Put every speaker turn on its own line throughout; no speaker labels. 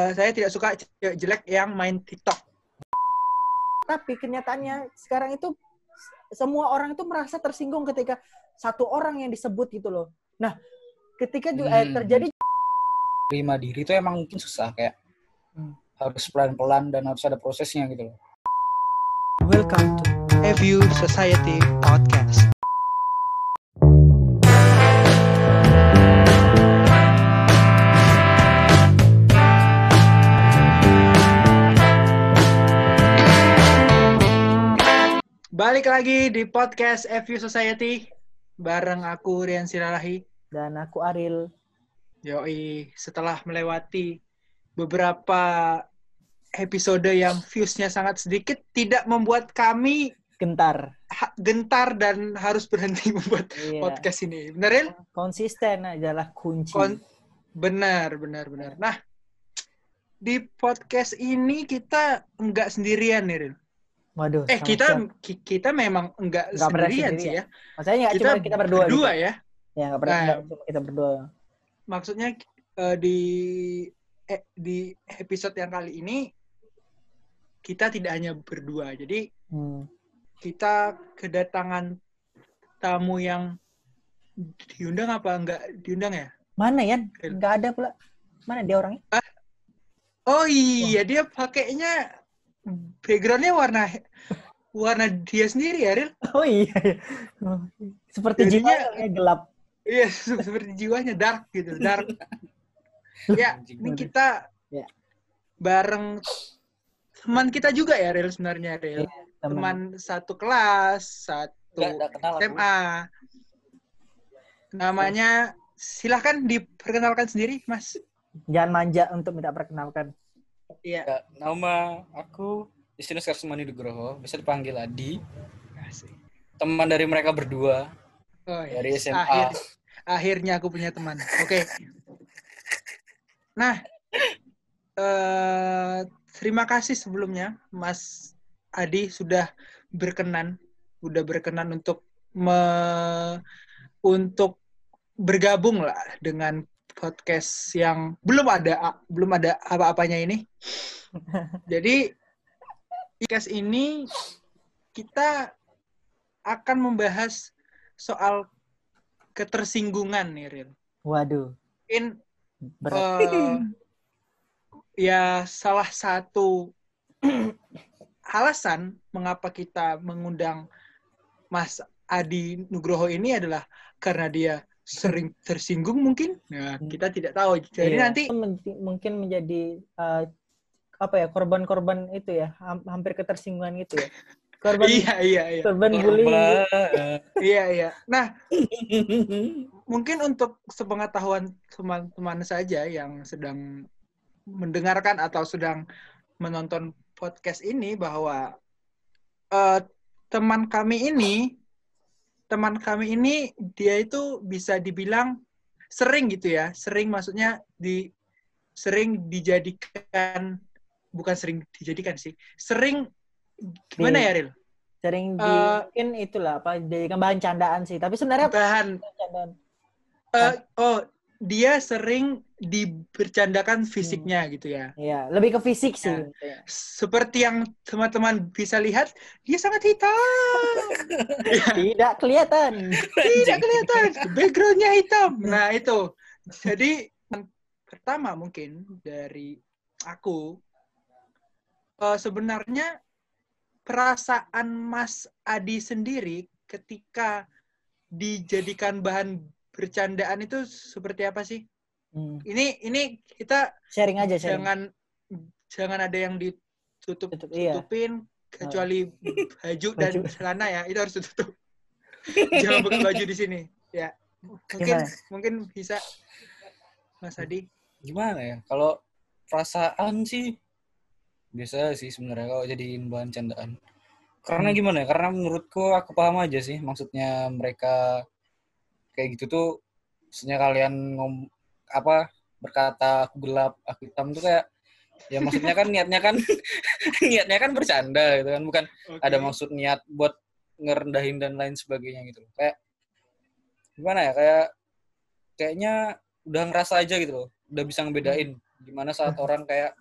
Saya tidak suka cewek jelek yang main TikTok.
Tapi kenyataannya sekarang itu semua orang itu merasa tersinggung ketika satu orang yang disebut gitu loh. Nah, ketika terjadi
terima diri itu emang mungkin susah, kayak harus pelan-pelan dan harus ada prosesnya gitu loh.
Welcome to FU Society Podcast. Balik lagi di podcast FU Society bareng aku Rian Silalahi
dan aku Aril.
Yoi, setelah melewati beberapa episode yang views-nya sangat sedikit, tidak membuat kami
gentar
dan harus berhenti membuat podcast ini. Benar, Ril?
Konsisten adalah kunci.
Benar. Nah, di podcast ini kita enggak sendirian nih, Ril.
Waduh.
Kita memang enggak sendirian sih ya.
Maksudnya cuma kita berdua gitu.
Ya.
Ya, enggak pernah kita berdua.
Maksudnya di episode yang kali ini kita tidak hanya berdua. Jadi kita kedatangan tamu yang diundang apa enggak diundang ya?
Mana ya? Enggak ada pula. Mana dia orangnya?
Oh iya, dia pakainya background-nya warna dia sendiri ya, Ril?
Oh iya. Seperti jiwanya gelap.
Iya, seperti jiwanya dark gitu, dark. Ya, ini kita bareng teman kita juga ya, Ril, sebenarnya, Ril. Teman satu kelas, satu SMA. Namanya, silahkan diperkenalkan sendiri, Mas.
Jangan manja untuk minta perkenalkan.
Iya.
Ya, nama aku Justinus Karsumani Nugroho, bisa dipanggil Adi. Teman dari mereka berdua.
Oh, ya.
Dari SMA.
Akhirnya aku punya teman. Oke. Nah, terima kasih sebelumnya Mas Adi sudah berkenan untuk bergabung lah dengan podcast yang belum ada apa-apanya ini. Jadi podcast ini kita akan membahas soal ketersinggungan nih, Ril.
Waduh.
Mungkin ya salah satu alasan mengapa kita mengundang Mas Adi Nugroho ini adalah karena dia sering tersinggung mungkin. Nah, kita tidak tahu. Jadi nanti
mungkin menjadi korban-korban itu ya, hampir ketersinggungan itu ya. Korban.
Iya.
Korban bullying.
Iya. Nah, mungkin untuk sepengetahuan teman-teman saja yang sedang mendengarkan atau sedang menonton podcast ini bahwa teman kami ini dia itu bisa dibilang sering gitu ya. Sering maksudnya sering dijadikan, bukan sering dijadikan sih. Sering gimana ya, Ril?
Sering mungkin itulah dijadikan bahan candaan sih. Tapi sebenarnya
candaan. Dia sering dibercandakan fisiknya gitu ya.
Iya, lebih ke fisik sih.
Ya. Seperti yang teman-teman bisa lihat, dia sangat hitam.
Tidak kelihatan.
Background-nya hitam. Nah, itu. Jadi, pertama mungkin dari aku, sebenarnya perasaan Mas Adi sendiri ketika dijadikan bahan bercandaan itu seperti apa sih? Ini kita
sharing aja.
Jangan ada yang ditutupin kecuali baju dan celana ya, itu harus tutup. Jangan buka baju di sini. Ya. Mungkin bisa Mas Adi.
Gimana ya? Kalau perasaan sih biasa sih sebenarnya kalau jadiin bahan candaan. Karena gimana ya? Karena menurutku aku paham aja sih maksudnya mereka kayak gitu tuh. Maksudnya kalian berkata aku gelap, aku hitam tuh kayak ya maksudnya kan niatnya kan bercanda gitu kan, bukan ada maksud niat buat ngerendahin dan lain sebagainya gitu. Kayak gimana ya? Kayaknya udah ngerasa aja gitu loh. Udah bisa ngebedain Gimana saat orang kayak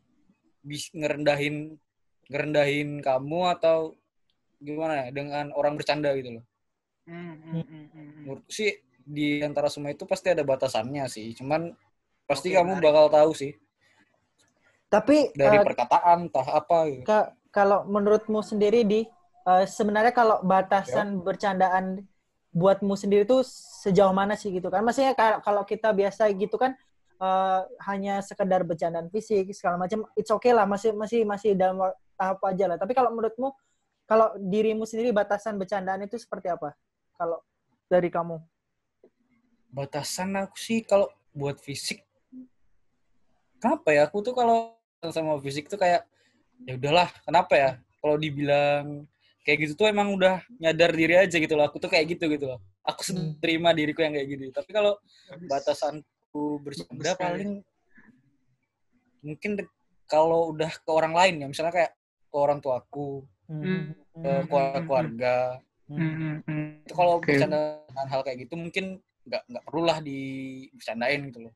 ngerendahin kamu atau gimana ya dengan orang bercanda gitu loh. Menurutku sih di antara semua itu pasti ada batasannya sih. Cuman pasti kamu bakal tahu sih.
Tapi
dari perkataan entah apa gitu.
Kalau menurutmu sendiri sebenarnya kalau batasan bercandaan buatmu sendiri tuh sejauh mana sih gitu kan? Maksudnya kalau kita biasa gitu kan hanya sekedar bercandaan fisik segala macam, it's okay lah, masih dalam tahap aja lah. Tapi kalau menurutmu, kalau dirimu sendiri batasan bercandaan itu seperti apa? Kalau dari kamu?
Batasan aku sih kalau buat fisik, kenapa ya? Aku tuh kalau sama fisik tuh kayak ya udahlah, kenapa ya? Kalau dibilang kayak gitu tuh emang udah nyadar diri aja gitu loh. Aku tuh kayak gitu loh. Aku terima diriku yang kayak gitu. Tapi kalau batasanku bercanda paling mungkin kalau udah ke orang lain ya, misalnya kayak ke orang tuaku, ke keluarga. Itu kalau bercanda hal kayak gitu mungkin nggak perlu lah dibercandain gitu loh.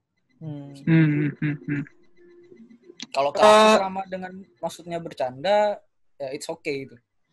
Kalau ke aku selama dengan maksudnya bercanda ya it's okay gitu.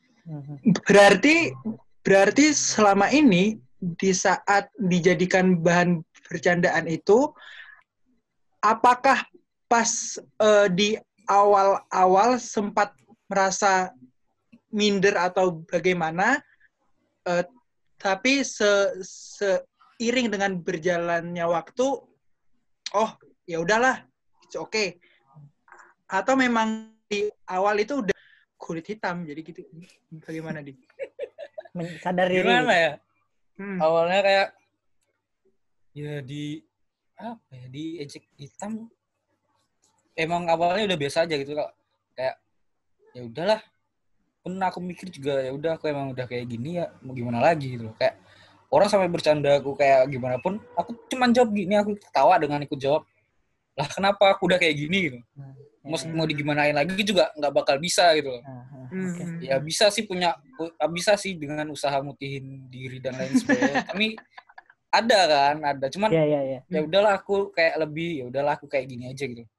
Berarti selama ini di saat dijadikan bahan bercandaan itu, apakah pas di awal-awal sempat merasa minder atau bagaimana, tapi seiring dengan berjalannya waktu, oh ya udahlah, it's okay. Atau memang di awal itu udah kulit hitam, jadi gitu. Bagaimana, Di?
Sadar diri.
Gimana ya? Awalnya kayak ya di ejek hitam. Emang awalnya udah biasa aja gitu kok. Kayak ya udahlah. Pun aku mikir juga ya udah aku emang udah kayak gini ya, mau gimana lagi gitu. Kayak orang sampai bercanda aku kayak gimana pun, aku cuman jawab gini, aku ketawa dengan ikut jawab. Lah kenapa aku udah kayak gini gitu. Mau digimanain lagi juga nggak bakal bisa gitu loh. Ya bisa sih dengan usaha mutihin diri dan lain sebagainya. Tapi ada cuman ya udahlah aku kayak lebih ya udahlah aku kayak gini aja gitu.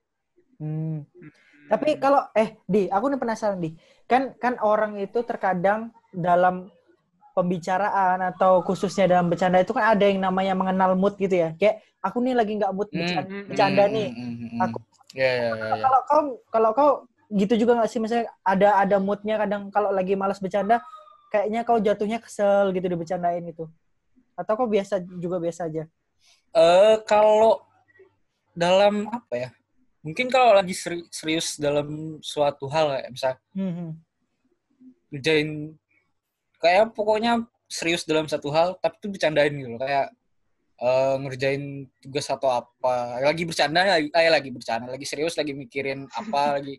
Tapi kalau aku nih penasaran kan orang itu terkadang dalam pembicaraan atau khususnya dalam bercanda itu kan ada yang namanya mengenal mood gitu ya. Kayak aku nih lagi nggak mood bercanda nih. Aku kalau kau gitu juga nggak sih, misalnya ada moodnya kadang kalau lagi malas bercanda kayaknya kau jatuhnya kesel gitu dibercandain gitu, atau kau biasa aja?
Kalau dalam apa ya, mungkin kalau lagi serius dalam suatu hal ya, misal ngerjain kayak pokoknya serius dalam satu hal tapi tuh bercandain gitu loh, kayak ngerjain tugas atau apa, lagi bercanda lagi serius lagi mikirin apa lagi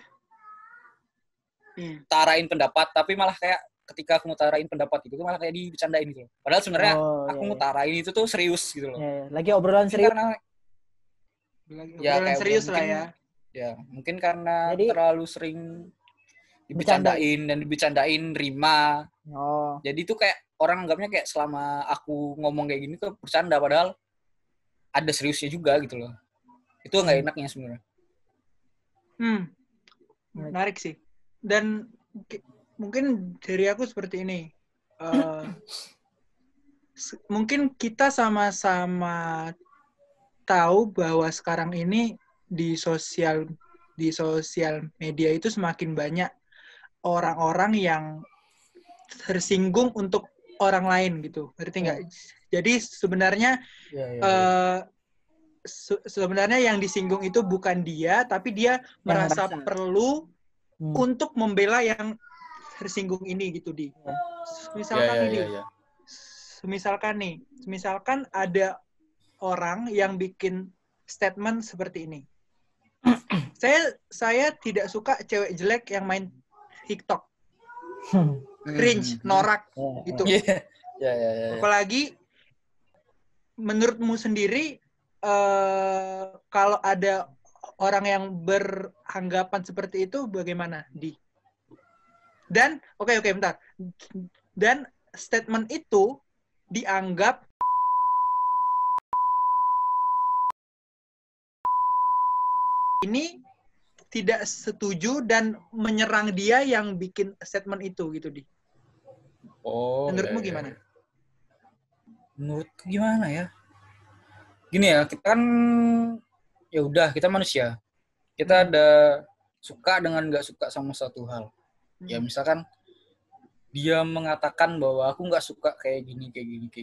tarain pendapat, tapi malah kayak ketika aku ngutarain pendapat itu malah kayak dibercandain gitu loh. Padahal sebenarnya aku ngutarain itu tuh serius gitu loh.
Lagi obrolan serius.
Karena
obrolan serius lah ya.
Ya, mungkin karena terlalu sering dibercandain dan dibercandain rima. Jadi tuh kayak orang anggapnya kayak selama aku ngomong kayak gini tuh bercanda, padahal ada seriusnya juga gitu loh. Itu nggak enaknya sebenarnya.
Menarik sih. Dan mungkin dari aku seperti ini. Mungkin kita sama-sama tahu bahwa sekarang ini di sosial media itu semakin banyak orang-orang yang tersinggung untuk orang lain gitu, ngerti nggak? Jadi sebenarnya sebenarnya yang disinggung itu bukan dia, tapi dia merasa perlu untuk membela yang tersinggung ini gitu, Di. Misalkan ada orang yang bikin statement seperti ini. Saya tidak suka cewek jelek yang main TikTok. Cringe, norak gitu. Apalagi menurutmu sendiri kalau ada orang yang beranggapan seperti itu bagaimana, Di? Dan oke, bentar. Dan statement itu dianggap ini tidak setuju dan menyerang dia yang bikin statement itu gitu, Di.
Oh.
Menurutmu gimana?
Menurutku gimana ya? Gini ya, kita kan ya udah, kita manusia. Kita ada suka dengan nggak suka sama satu hal. Ya misalkan dia mengatakan bahwa aku nggak suka kayak gini.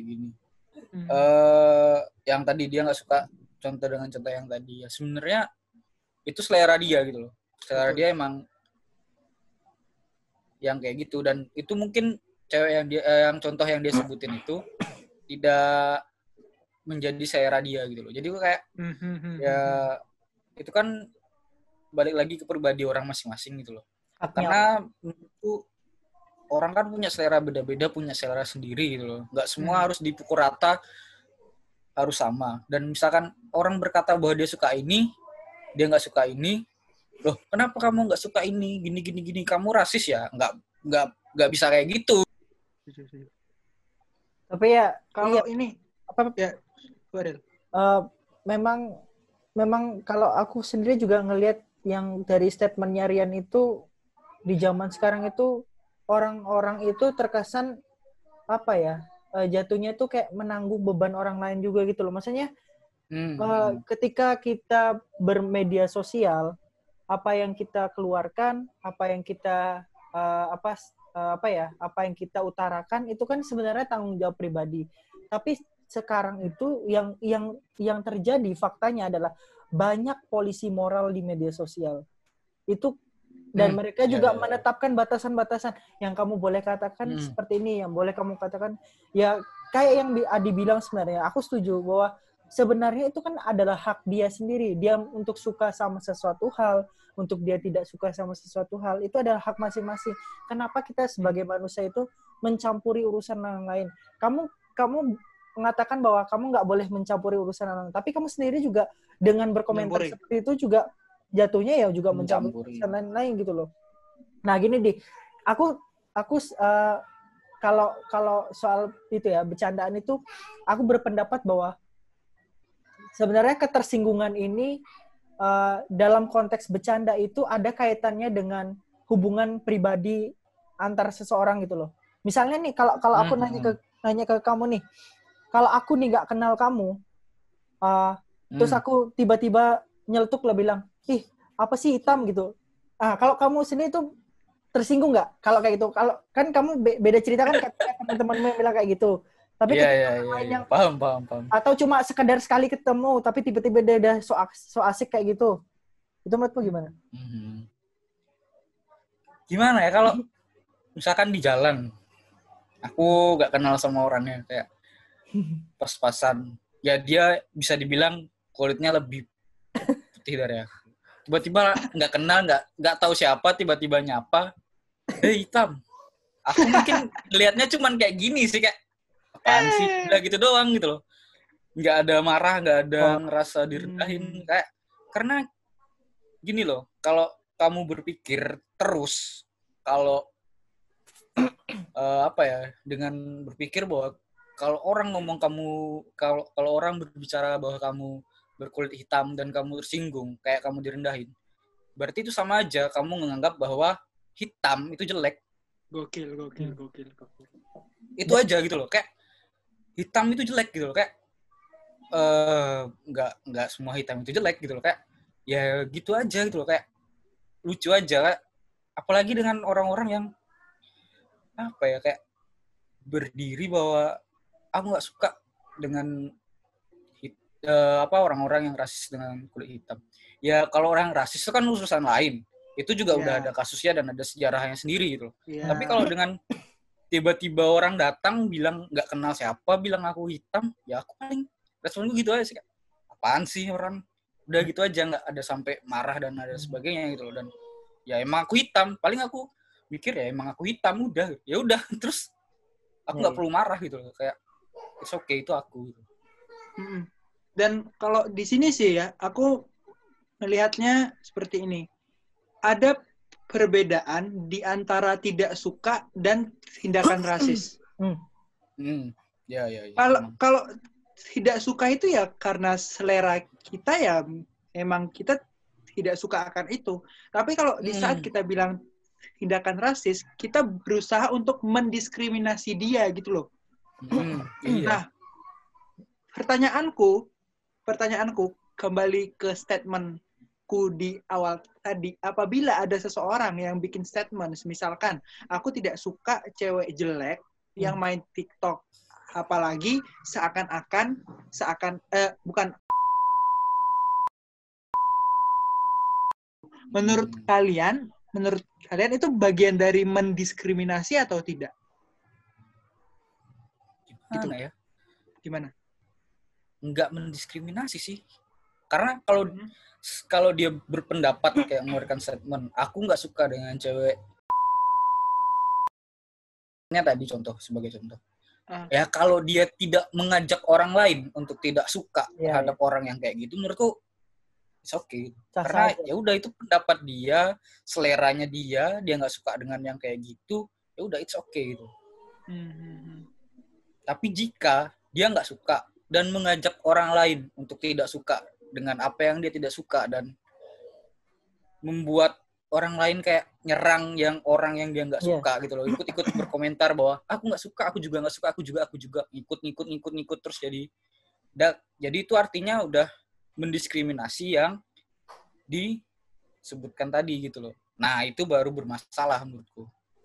Yang tadi dia nggak suka contoh yang tadi, ya sebenarnya itu selera dia gitu loh. Selera dia emang yang kayak gitu, dan itu mungkin cewek yang contoh yang dia sebutin itu tidak menjadi selera dia gitu loh. Jadi gue kayak ya itu kan balik lagi ke pribadi orang masing-masing gitu loh. Karena itu orang kan punya selera beda-beda, punya selera sendiri gitu loh. Nggak semua harus dipukul rata, harus sama. Dan misalkan orang berkata bahwa dia suka ini, dia nggak suka ini, loh kenapa kamu nggak suka ini, gini, kamu rasis ya? Nggak bisa kayak gitu.
Tapi ya
kalau ini apa ya,
memang kalau aku sendiri juga ngelihat yang dari statementnya Rian itu, di zaman sekarang itu orang-orang itu terkesan apa ya, jatuhnya itu kayak menanggung beban orang lain juga gitu loh. Maksudnya ketika kita bermedia sosial, apa yang kita keluarkan, apa yang kita apa yang kita utarakan itu kan sebenarnya tanggung jawab pribadi. Tapi sekarang itu yang terjadi faktanya adalah banyak polisi moral di media sosial. Itu dan mereka juga menetapkan batasan-batasan yang kamu boleh katakan seperti ini, yang boleh kamu katakan ya kayak yang Adi bilang. Sebenarnya aku setuju bahwa sebenarnya itu kan adalah hak dia sendiri, dia untuk suka sama sesuatu hal, untuk dia tidak suka sama sesuatu hal, itu adalah hak masing-masing. Kenapa kita sebagai manusia itu mencampuri urusan orang lain? Kamu mengatakan bahwa kamu nggak boleh mencampuri urusan orang lain, tapi kamu sendiri juga dengan berkomentar seperti itu juga jatuhnya ya juga mencampuri urusan lain gitu loh. Nah gini aku kalau soal itu ya, bercandaan itu, aku berpendapat bahwa sebenarnya ketersinggungan ini dalam konteks bercanda itu ada kaitannya dengan hubungan pribadi antar seseorang gitu loh. Misalnya nih kalau aku nanya ke kamu nih, kalau aku nih nggak kenal kamu, terus aku tiba-tiba nyeletuk lah bilang, ih apa sih hitam gitu. Kalau kamu sendiri tuh tersinggung nggak kalau kayak gitu? Kalau kan kamu beda cerita kan, teman-temanmu yang bilang kayak gitu. Tapi
yang paham.
Atau cuma sekedar sekali ketemu tapi tiba-tiba dia udah so asik kayak gitu. Itu menurutmu gimana?
Gimana ya kalau misalkan di jalan aku nggak kenal sama orangnya, kayak pas-pasan, ya dia bisa dibilang kulitnya lebih putih dari aku. Tiba-tiba nggak kenal, nggak tahu siapa, tiba-tiba nyapa, hitam. Aku mungkin lihatnya cuman kayak gini sih, kayak apaan sih, udah gitu doang gitu loh. Nggak ada marah, nggak ada ngerasa direndahin, kayak karena gini loh, kalau kamu berpikir terus, kalau dengan berpikir bahwa kalau orang ngomong kamu, kalau orang berbicara bahwa kamu berkulit hitam dan kamu tersinggung, kayak kamu direndahin, berarti itu sama aja kamu menganggap bahwa hitam itu jelek.
Gokil.
Itu aja gitu loh, kayak hitam itu jelek gitu loh, kayak nggak semua hitam itu jelek gitu loh, kayak ya gitu aja gitu loh, kayak lucu aja, kayak apalagi dengan orang-orang yang kayak berdiri bahwa aku nggak suka dengan orang-orang yang rasis dengan kulit hitam. Ya kalau orang rasis itu kan urusan lain, itu juga udah ada kasusnya dan ada sejarahnya sendiri gitu. Tapi kalau dengan tiba-tiba orang datang bilang nggak kenal siapa, bilang aku hitam, ya aku paling respon gue gitu aja sih, apaan sih orang, udah gitu aja, nggak ada sampai marah dan ada sebagainya gitu loh. Dan ya emang aku hitam, paling aku mikir ya emang aku hitam, udah ya udah, terus aku nggak perlu marah gitu loh, kayak it's okay, itu aku gitu.
Dan kalau di sini sih ya, aku melihatnya seperti ini. Ada perbedaan di antara tidak suka dan tindakan rasis.
Ya.
Kalau tidak suka itu ya karena selera kita, ya emang kita tidak suka akan itu. Tapi kalau di saat kita bilang tindakan rasis, kita berusaha untuk mendiskriminasi dia gitu loh.
Iya.
Nah, pertanyaanku kembali ke statementku di awal tadi. Apabila ada seseorang yang bikin statement, misalkan aku tidak suka cewek jelek yang main TikTok, apalagi bukan. Menurut kalian itu bagian dari mendiskriminasi atau tidak?
Gimana ya?
Gimana?
Enggak mendiskriminasi sih. Karena kalau dia berpendapat kayak mengeluarkan statement, aku nggak suka dengan cewek. Tadi sebagai contoh. Ya kalau dia tidak mengajak orang lain untuk tidak suka terhadap orang yang kayak gitu, menurutku it's okay. Karena ya udah itu pendapat dia, seleranya dia nggak suka dengan yang kayak gitu, ya udah it's okay gitu. Tapi jika dia nggak suka dan mengajak orang lain untuk tidak suka dengan apa yang dia tidak suka dan membuat orang lain kayak nyerang orang yang dia nggak suka gitu loh, ikut-ikut berkomentar bahwa aku nggak suka, aku juga nggak suka, aku juga ikut terus jadi itu artinya udah mendiskriminasi yang disebutkan tadi gitu loh. Nah itu baru bermasalah menurutku.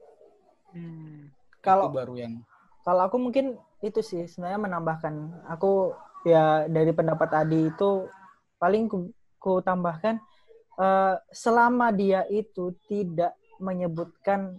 Kalau
itu baru yang
aku mungkin itu sih sebenarnya menambahkan aku ya dari pendapat Adi itu paling ku tambahkan selama dia itu tidak menyebutkan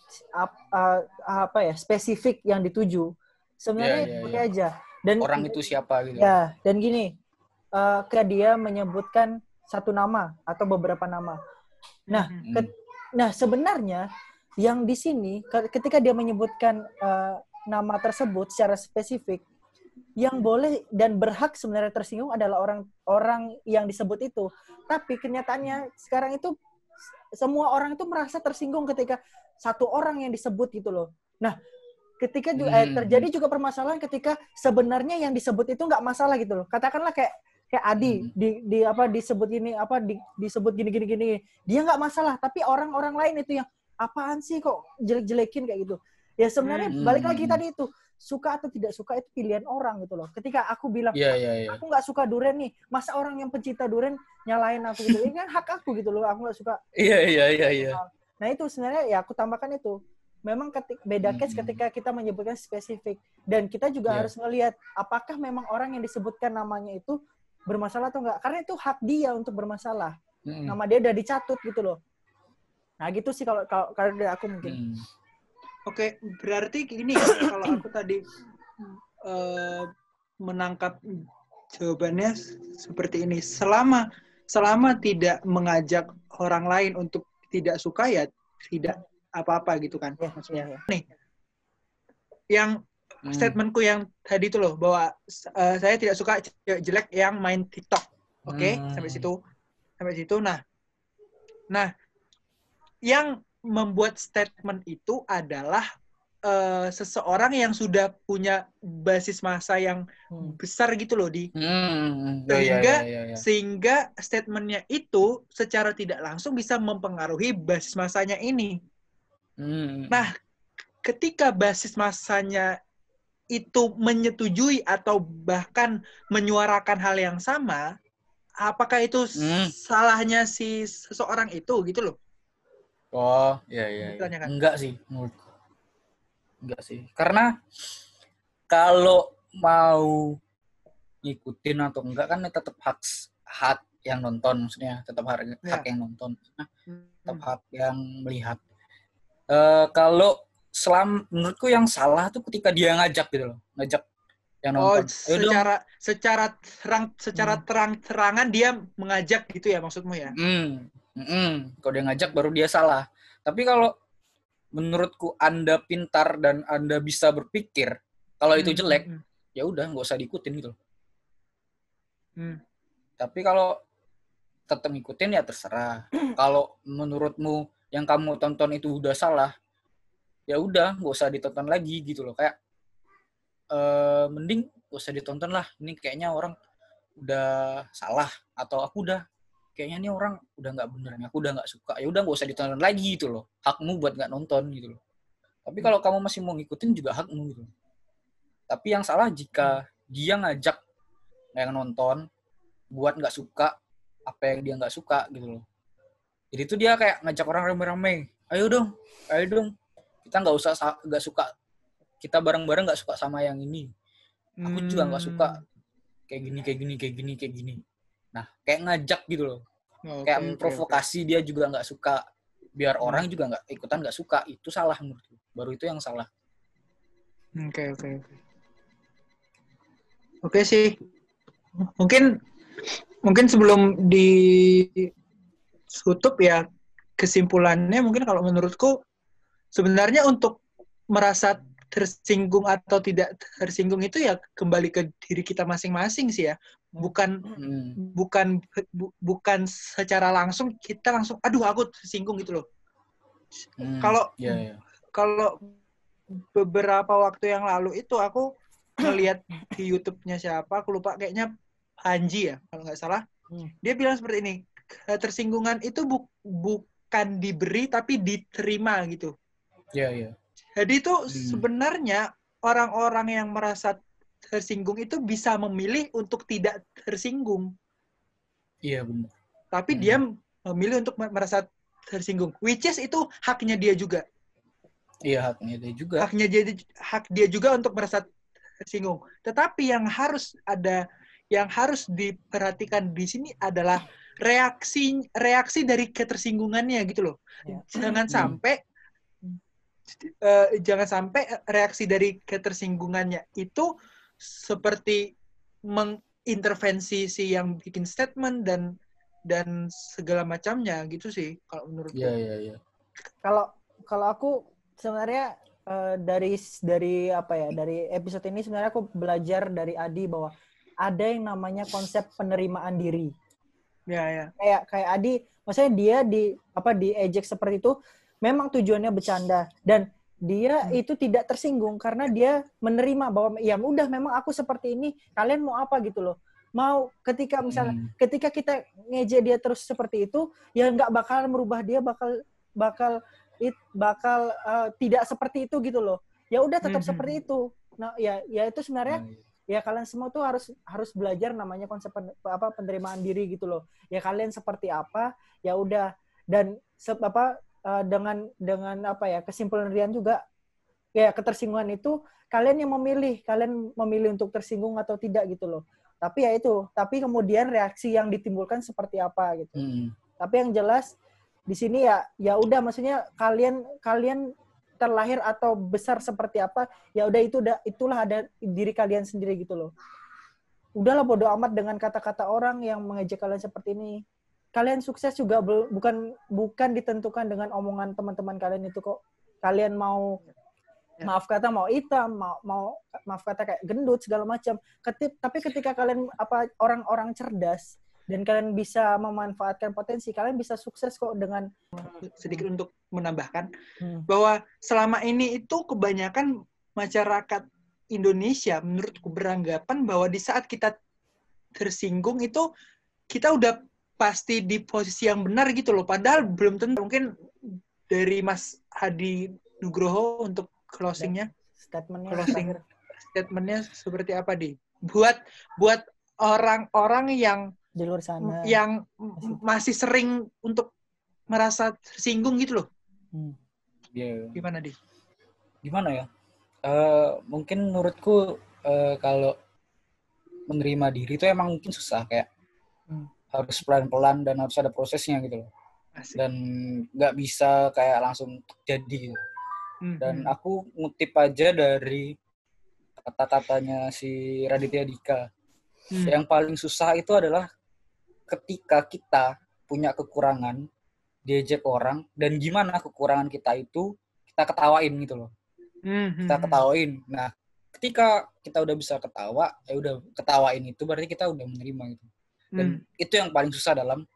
spesifik yang dituju sebenarnya oke aja. Dan
orang itu siapa gitu
ya. Dan gini ketika dia menyebutkan satu nama atau beberapa nama. Nah sebenarnya yang di sini ketika dia menyebutkan nama tersebut secara spesifik, yang boleh dan berhak sebenarnya tersinggung adalah orang yang disebut itu. Tapi kenyataannya sekarang itu semua orang itu merasa tersinggung ketika satu orang yang disebut gitu loh. Nah, ketika terjadi juga permasalahan ketika sebenarnya yang disebut itu nggak masalah gitu loh. Katakanlah kayak Adi disebut ini disebut gini. Dia nggak masalah, tapi orang-orang lain itu yang apaan sih kok jelek-jelekin kayak gitu. Ya sebenarnya balik lagi tadi itu suka atau tidak suka itu pilihan orang gitu loh. Ketika aku bilang aku nggak suka durian nih, masa orang yang pencinta durian nyalain aku gitu? Ini kan hak aku gitu loh. Aku nggak suka.
Iya.
Nah itu sebenarnya ya aku tambahkan itu. Memang beda case ketika kita menyebutkan spesifik dan kita juga harus melihat apakah memang orang yang disebutkan namanya itu bermasalah atau enggak. Karena itu hak dia untuk bermasalah. Nama dia udah dicatut gitu loh. Nah gitu sih kalau dari aku mungkin.
Oke, berarti gini ya, kalau aku tadi menangkap jawabannya seperti ini. Selama tidak mengajak orang lain untuk tidak suka ya tidak apa-apa gitu kan. Maksudnya. Nih, yang statementku yang tadi itu loh, bahwa saya tidak suka jelek yang main TikTok. Oke, sampai situ. Nah, yang membuat statement itu adalah seseorang yang sudah punya basis massa yang besar gitu loh sehingga statementnya itu secara tidak langsung bisa mempengaruhi basis massanya ini. Nah, ketika basis massanya itu menyetujui atau bahkan menyuarakan hal yang sama, apakah itu salahnya si seseorang itu gitu loh?
Oh, iya. Enggak sih menurutku. Enggak sih. Karena kalau mau ngikutin atau enggak kan tetap hak yang nonton, maksudnya tetap hak yang nonton. Tetap hak yang melihat. Kalau menurutku yang salah tuh ketika dia ngajak gitu loh. Ngajak yang nonton.
Secara terang-terangan dia mengajak gitu ya maksudmu ya?
Kalau dia ngajak baru dia salah. Tapi kalau menurutku Anda pintar dan Anda bisa berpikir, kalau itu jelek, ya udah nggak usah diikutin gitu. Tapi kalau tetap ngikutin ya terserah. Kalau menurutmu yang kamu tonton itu udah salah, ya udah nggak usah ditonton lagi gitu loh. Kayak mending nggak usah ditonton lah. Ini kayaknya orang udah salah atau aku udah kayaknya nih orang udah nggak bener nih, aku udah nggak suka, ya udah nggak usah ditonton lagi gitu loh, hakmu buat nggak nonton gitu loh. Tapi kalau kamu masih mau ngikutin juga hakmu gitu. Tapi yang salah jika dia ngajak yang nonton buat nggak suka apa yang dia nggak suka gitu loh. Jadi itu dia kayak ngajak orang rame-rame, ayo dong, kita nggak suka, kita bareng-bareng nggak suka sama yang ini. Aku juga nggak suka kayak gini. Nah, kayak ngajak gitu loh. Kayak memprovokasi dia juga nggak suka. Biar orang juga nggak suka. Itu salah menurutku. Baru itu yang salah.
Oke sih. Mungkin sebelum ditutup ya, kesimpulannya mungkin kalau menurutku sebenarnya untuk merasa tersinggung atau tidak tersinggung itu ya kembali ke diri kita masing-masing sih ya. Bukan secara langsung kita langsung aduh aku tersinggung gitu loh. Kalau beberapa waktu yang lalu itu aku ngelihat di YouTube-nya siapa, aku lupa, kayaknya Panji ya kalau nggak salah. Dia bilang seperti ini, tersinggungan itu bukan diberi tapi diterima gitu.
Iya.
Jadi itu sebenarnya orang-orang yang merasa tersinggung itu bisa memilih untuk tidak tersinggung.
Iya benar.
Tapi dia memilih untuk merasa tersinggung. Which is itu haknya dia juga.
Iya, haknya dia juga.
Hak dia juga untuk merasa tersinggung. Tetapi yang harus diperhatikan di sini adalah reaksi dari ketersinggungannya gitu loh. Ya. Jangan sampai reaksi dari ketersinggungannya itu seperti mengintervensi si yang bikin statement dan segala macamnya gitu sih kalau menurutku.
Iya.
Kalau aku sebenarnya dari episode ini sebenarnya aku belajar dari Adi bahwa ada yang namanya konsep penerimaan diri.
Ya.
Kayak Adi, maksudnya dia diejek seperti itu memang tujuannya bercanda dan dia itu tidak tersinggung karena dia menerima bahwa ya udah memang aku seperti ini, kalian mau apa gitu loh. Mau ketika kita ngejek dia terus seperti itu, ya nggak bakal merubah dia, bakal tidak seperti itu gitu loh. Ya udah tetap seperti itu. Nah, ya itu sebenarnya ya kalian semua tuh harus belajar namanya konsep penerimaan diri gitu loh. Ya kalian seperti apa, ya udah, dan dengan kesimpulan Rian juga ya ketersinggungan itu kalian memilih untuk tersinggung atau tidak gitu loh. Tapi kemudian reaksi yang ditimbulkan seperti apa gitu. Tapi yang jelas di sini ya udah, maksudnya kalian terlahir atau besar seperti apa, ya udah itulah ada diri kalian sendiri gitu loh. Udahlah bodo amat dengan kata-kata orang yang mengejek kalian seperti ini. Kalian sukses juga bukan ditentukan dengan omongan teman-teman kalian itu kok. Kalian mau maaf kata mau hitam, mau maaf kata kayak gendut segala macam. Tapi ketika kalian orang-orang cerdas dan kalian bisa memanfaatkan potensi, kalian bisa sukses kok. Dengan
sedikit untuk menambahkan bahwa selama ini itu kebanyakan masyarakat Indonesia menurutku beranggapan bahwa di saat kita tersinggung itu kita udah pasti di posisi yang benar gitu loh. Padahal belum tentu. Mungkin dari Mas Hadi Nugroho untuk closingnya. Statementnya seperti apa, Di? Buat orang-orang yang
di luar sana
yang masih sering untuk merasa tersinggung gitu loh. Gimana, Di?
Gimana ya? Mungkin menurutku kalau menerima diri itu emang mungkin susah, kayak harus pelan-pelan dan harus ada prosesnya gitu loh.
Asik.
Dan nggak bisa kayak langsung jadi gitu. Dan aku ngutip aja dari kata-katanya si Raditya Dika. Yang paling susah itu adalah ketika kita punya kekurangan, diejek orang, dan gimana kekurangan kita itu kita ketawain gitu loh. Kita ketawain. Nah, ketika kita udah bisa ketawa, ya udah ketawain itu berarti kita udah menerima gitu. Dan itu yang paling susah dalam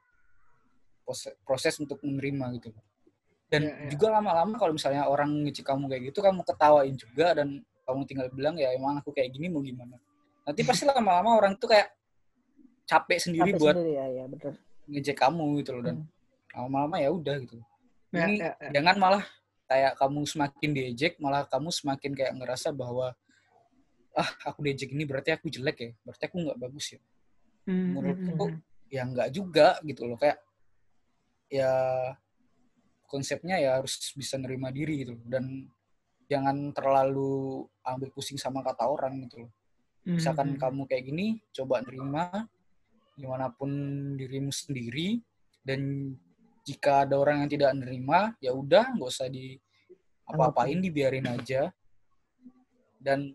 proses untuk menerima gitu. Dan juga lama-lama kalau misalnya orang ngejek kamu kayak gitu, kamu ketawain juga dan kamu tinggal bilang ya emang aku kayak gini mau gimana. Nanti pasti lama-lama orang itu kayak capek sendiri buat
ya, betul.
ngejek kamu gitu loh, dan lama-lama ya udah gitu.
Ya,
Ini
ya.
jangan malah kayak kamu semakin diejek, malah kamu semakin kayak ngerasa bahwa aku diejek ini berarti aku jelek ya, berarti aku nggak bagus ya. Menurutku ya nggak juga gitu loh, kayak ya konsepnya ya harus bisa nerima diri gitu loh, dan jangan terlalu ambil pusing sama kata orang gitu loh. Misalkan kamu kayak gini, coba nerima gimana pun dirimu sendiri, dan jika ada orang yang tidak nerima, ya udah nggak usah di apa-apain, dibiarin aja. Dan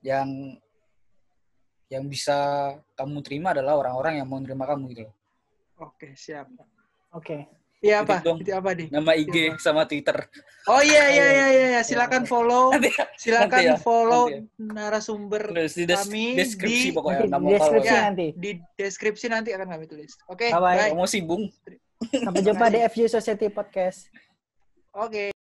yang bisa kamu terima adalah orang-orang yang mau nerima kamu gitu loh.
Oke, siap.
Oke.
Iya apa?
Dong,
Itu apa, Di?
nama IG sama Twitter.
Oh iya. Silakan follow. Silakan follow narasumber kami
deskripsi
di
pokoknya.
Di deskripsi nanti akan kami tulis. Oke,
bye.
Promosi, Bung.
Sampai jumpa di FG Society Podcast.
Oke.